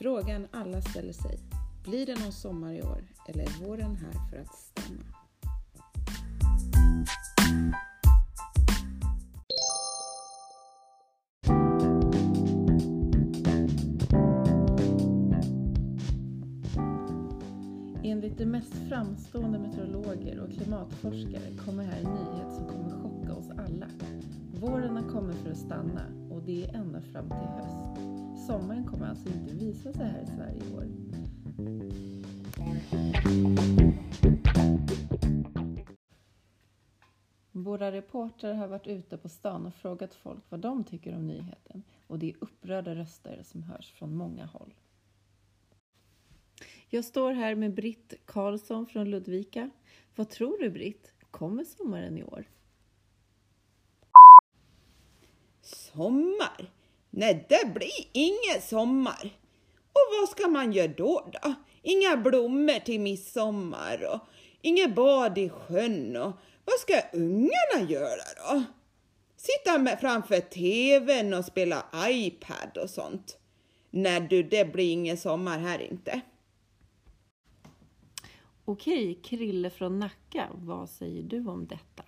Frågan alla ställer sig. Blir det någon sommar i år eller är våren här för att stanna? Enligt de mest framstående meteorologer och klimatforskare kommer här en nyhet som kommer chocka oss alla. Våren har kommit för att stanna och det är ända fram till höst. Sommaren kommer alltså inte visa sig här i Sverige i år. Våra reportrar har varit ute på stan och frågat folk vad de tycker om nyheten. Och det är upprörda röster som hörs från många håll. Jag står här med Britt Karlsson från Ludvika. Vad tror du, Britt? Kommer sommaren i år? Sommar? Nej, det blir ingen sommar. Och vad ska man göra då? Inga blommor till midsommar och inga bad i sjön. Och vad ska ungarna göra då? Sitta framför tvn och spela iPad och sånt. Nej du, det blir ingen sommar här inte. Okej, Krille från Nacka, vad säger du om detta?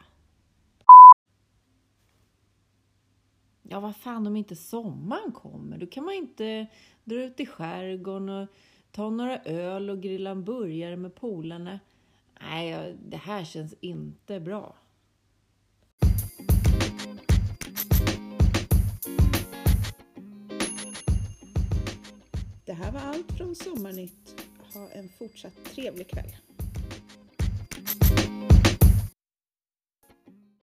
Ja, vad fan om inte sommaren kommer? Då kan man inte dra ut i skärgården och ta några öl och grilla en burgare med polarna. Nej, det här känns inte bra. Det här var allt från Sommarnytt. Ha en fortsatt trevlig kväll.